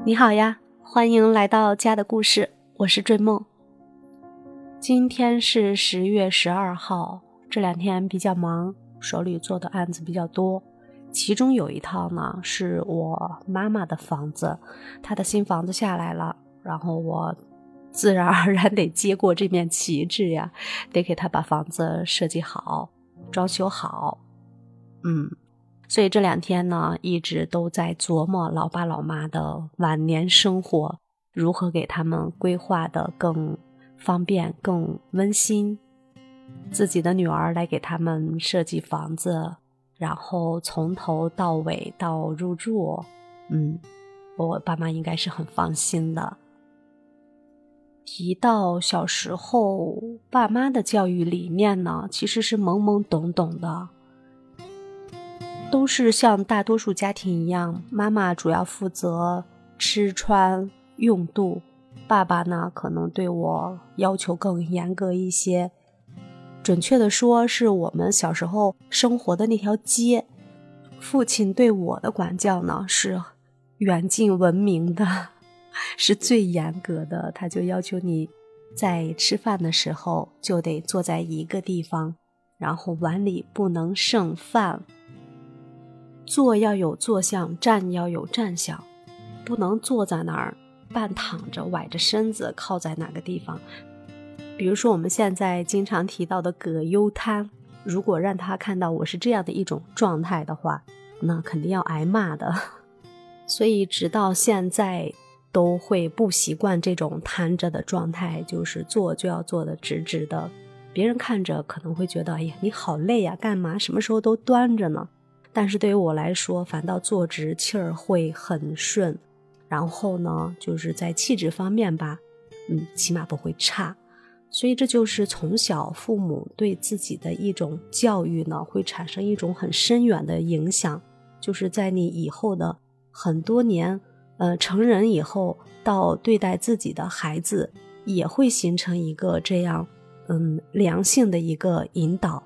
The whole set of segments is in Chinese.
你好呀，欢迎来到家的故事，我是追梦。今天是10月12号，这2天比较忙，手里做的案子比较多。其中有一套呢，是我妈妈的房子，她的新房子下来了，然后我自然而然得接过这面旗帜呀，得给她把房子设计好，装修好。所以这2天呢，一直都在琢磨老爸老妈的晚年生活，如何给他们规划的更方便、更温馨。自己的女儿来给他们设计房子，然后从头到尾到入住，我爸妈应该是很放心的。提到小时候爸妈的教育理念呢，其实是懵懵懂懂的，都是像大多数家庭一样，妈妈主要负责吃穿用度，爸爸呢可能对我要求更严格一些。准确的说，是我们小时候生活的那条街，父亲对我的管教呢是远近闻名的，是最严格的。他就要求你在吃饭的时候就得坐在一个地方，然后碗里不能剩饭，坐要有坐相，站要有站相，不能坐在那儿半躺着崴着身子靠在哪个地方。比如说我们现在经常提到的葛优瘫，如果让他看到我是这样的一种状态的话，那肯定要挨骂的。所以直到现在都会不习惯这种瘫着的状态，就是坐就要坐得直直的。别人看着可能会觉得，哎呀，你好累呀，干嘛什么时候都端着呢？但是对于我来说，反倒坐直气儿会很顺，然后呢就是在气质方面吧，起码不会差。所以这就是从小父母对自己的一种教育呢，会产生一种很深远的影响，就是在你以后的很多年成人以后，到对待自己的孩子也会形成一个这样良性的一个引导。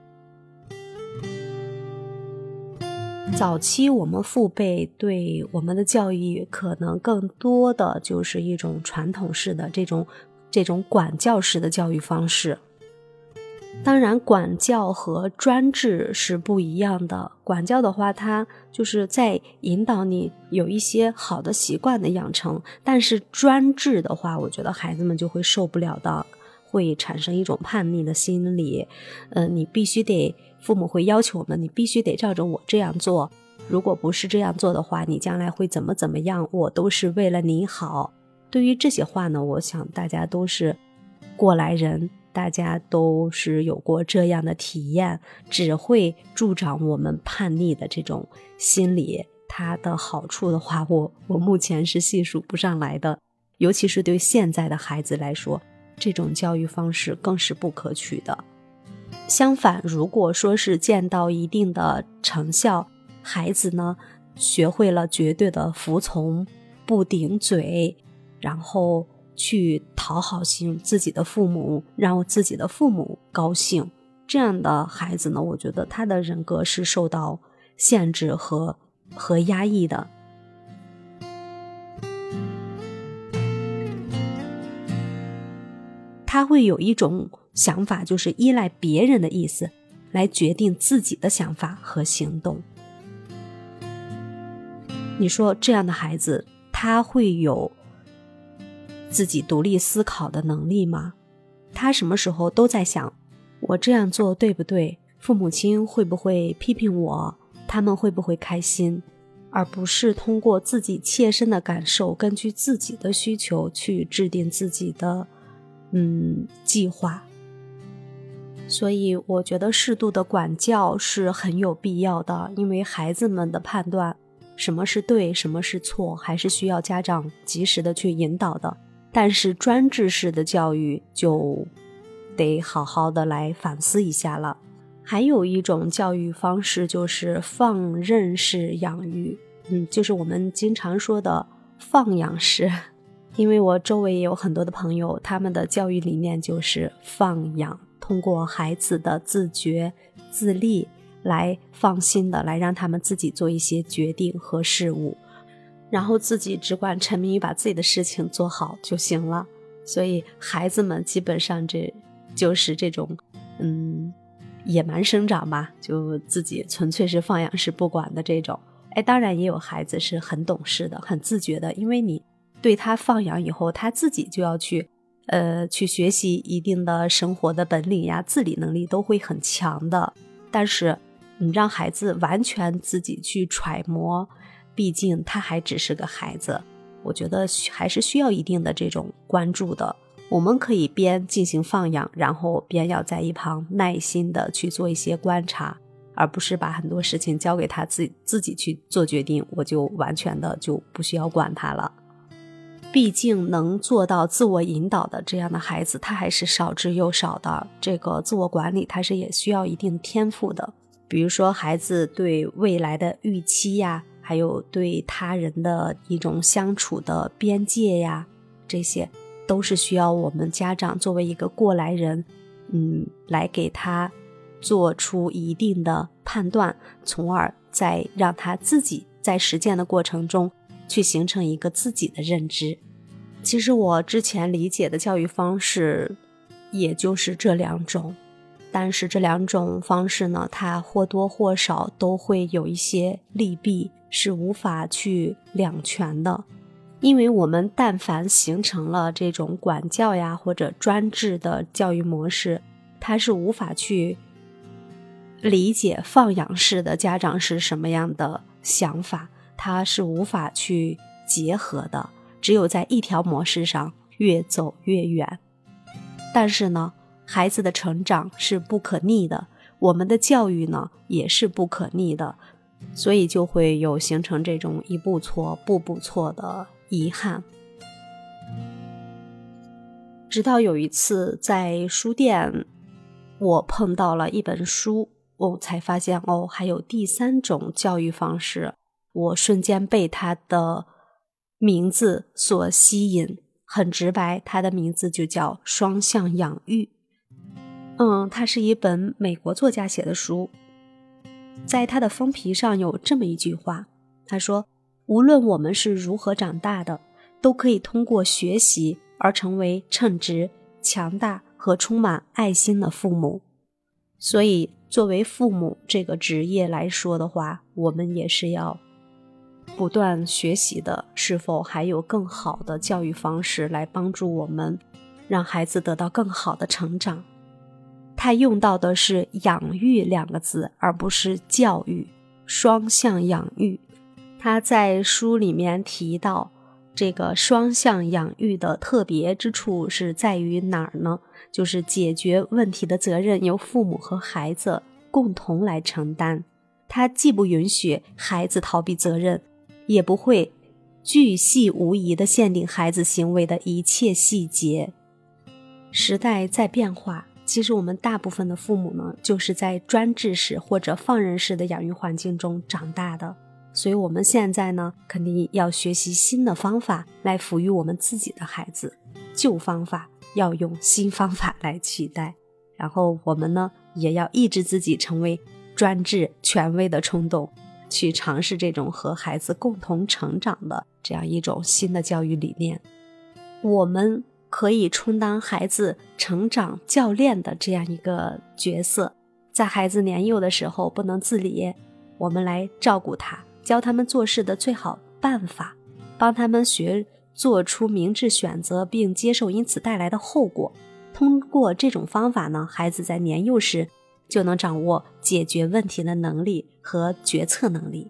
早期我们父辈对我们的教育可能更多的就是一种传统式的这种管教式的教育方式。当然管教和专制是不一样的，管教的话它就是在引导你有一些好的习惯的养成，但是专制的话，我觉得孩子们就会受不了的，会产生一种叛逆的心理。你必须得，父母会要求我们，你必须得照着我这样做，如果不是这样做的话，你将来会怎么样，我都是为了你好。对于这些话呢，我想大家都是过来人，大家都是有过这样的体验，只会助长我们叛逆的这种心理。它的好处的话，我目前是细数不上来的，尤其是对现在的孩子来说，这种教育方式更是不可取的。相反，如果说是见到一定的成效，孩子呢学会了绝对的服从，不顶嘴，然后去讨好自己的父母，让自己的父母高兴，这样的孩子呢，我觉得他的人格是受到限制和压抑的。他会有一种想法，就是依赖别人的意思来决定自己的想法和行动。你说这样的孩子，他会有自己独立思考的能力吗？他什么时候都在想，我这样做对不对？父母亲会不会批评我？他们会不会开心？而不是通过自己切身的感受，根据自己的需求去制定自己的计划。所以我觉得适度的管教是很有必要的，因为孩子们的判断什么是对什么是错，还是需要家长及时的去引导的。但是专制式的教育就得好好的来反思一下了。还有一种教育方式就是放任式养育，就是我们经常说的放养式。因为我周围也有很多的朋友，他们的教育理念就是放养，通过孩子的自觉自立来放心的来让他们自己做一些决定和事物。 然后自己只管沉迷于把自己的事情做好就行了。所以孩子们基本上这就是这种野蛮生长吧，就自己纯粹是放养式不管的这种。当然也有孩子是很懂事的，很自觉的，因为你对他放养以后，他自己就要去学习一定的生活的本领呀，自理能力都会很强的。但是你让孩子完全自己去揣摩，毕竟他还只是个孩子，我觉得还是需要一定的这种关注的。我们可以边进行放养，然后边要在一旁耐心的去做一些观察，而不是把很多事情交给他自己去做决定，我就完全的就不需要管他了。毕竟能做到自我引导的这样的孩子，他还是少之又少的。这个自我管理他是也需要一定天赋的，比如说孩子对未来的预期呀，还有对他人的一种相处的边界呀，这些都是需要我们家长作为一个过来人来给他做出一定的判断，从而再让他自己在实践的过程中去形成一个自己的认知。其实我之前理解的教育方式也就是这两种，但是这两种方式呢，它或多或少都会有一些利弊，是无法去两全的。因为我们但凡形成了这种管教呀或者专制的教育模式，它是无法去理解放养式的家长是什么样的想法，它是无法去结合的，只有在一条模式上越走越远。但是呢，孩子的成长是不可逆的，我们的教育呢也是不可逆的，所以就会有形成这种一步错步步错的遗憾。直到有一次在书店，我碰到了一本书，我才发现还有第三种教育方式。我瞬间被它的名字所吸引，很直白，它的名字就叫双向养育。它是一本美国作家写的书，在它的封皮上有这么一句话，他说，无论我们是如何长大的，都可以通过学习而成为称职、强大和充满爱心的父母。所以作为父母这个职业来说的话，我们也是要不断学习的，是否还有更好的教育方式来帮助我们，让孩子得到更好的成长。他用到的是养育两个字，而不是教育，双向养育。他在书里面提到，这个双向养育的特别之处是在于哪儿呢？就是解决问题的责任由父母和孩子共同来承担。他既不允许孩子逃避责任，也不会巨细无遗地限定孩子行为的一切细节。时代在变化，其实我们大部分的父母呢，就是在专制式或者放任式的养育环境中长大的，所以我们现在呢，肯定要学习新的方法来抚育我们自己的孩子，旧方法要用新方法来取代。然后我们呢，也要抑制自己成为专制权威的冲动，去尝试这种和孩子共同成长的这样一种新的教育理念。我们可以充当孩子成长教练的这样一个角色，在孩子年幼的时候不能自理，我们来照顾他，教他们做事的最好办法，帮他们学做出明智选择，并接受因此带来的后果。通过这种方法呢，孩子在年幼时就能掌握解决问题的能力和决策能力。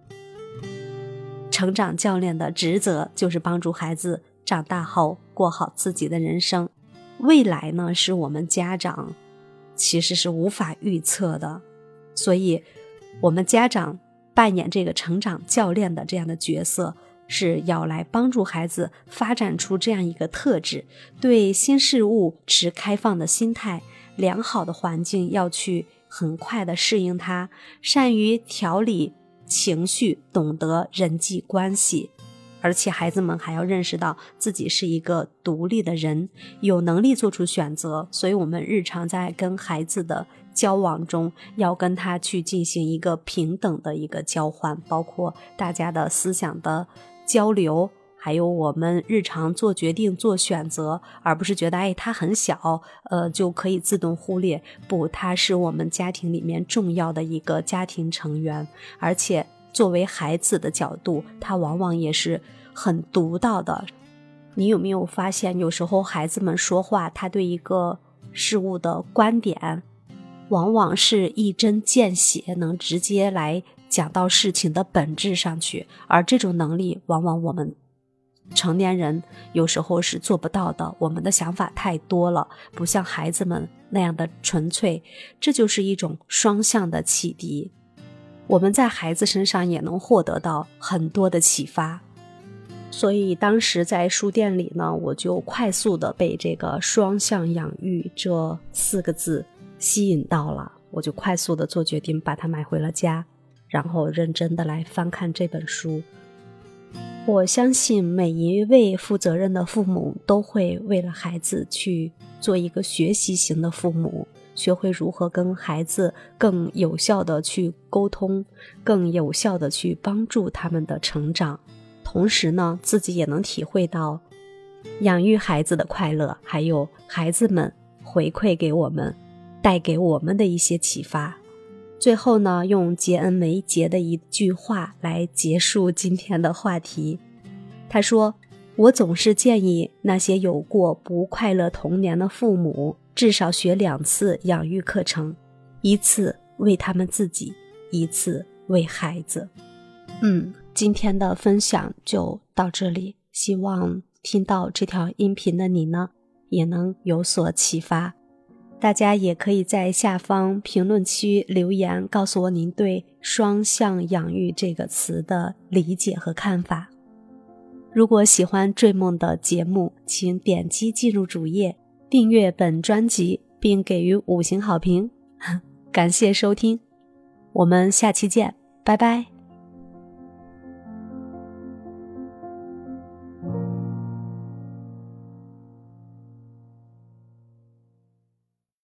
成长教练的职责就是帮助孩子长大后过好自己的人生。未来呢，是我们家长其实是无法预测的，所以我们家长扮演这个成长教练的这样的角色，是要来帮助孩子发展出这样一个特质，对新事物持开放的心态，良好的环境要去很快的适应它，善于调理情绪，懂得人际关系。而且孩子们还要认识到自己是一个独立的人，有能力做出选择。所以我们日常在跟孩子的交往中，要跟他去进行一个平等的一个交换，包括大家的思想的交流，还有我们日常做决定做选择，而不是觉得他很小就可以自动忽略。不，他是我们家庭里面重要的一个家庭成员，而且作为孩子的角度，他往往也是很独到的。你有没有发现，有时候孩子们说话，他对一个事物的观点往往是一针见血，能直接来讲到事情的本质上去，而这种能力往往我们成年人有时候是做不到的。我们的想法太多了，不像孩子们那样的纯粹，这就是一种双向的启迪。我们在孩子身上也能获得到很多的启发。所以当时在书店里呢，我就快速的被这个双向养育这4个字吸引到了，我就快速的做决定把它买回了家，然后认真的来翻看这本书。我相信每一位负责任的父母都会为了孩子去做一个学习型的父母，学会如何跟孩子更有效的去沟通，更有效的去帮助他们的成长。同时呢，自己也能体会到养育孩子的快乐，还有孩子们回馈给我们，带给我们的一些启发。最后呢，用杰恩梅杰的一句话来结束今天的话题。他说，我总是建议那些有过不快乐童年的父母，至少学2次养育课程，一次为他们自己，一次为孩子。今天的分享就到这里，希望听到这条音频的你呢，也能有所启发。大家也可以在下方评论区留言，告诉我您对双向养育这个词的理解和看法。如果喜欢追梦的节目，请点击进入主页，订阅本专辑，并给予5星好评。感谢收听，我们下期见，拜拜。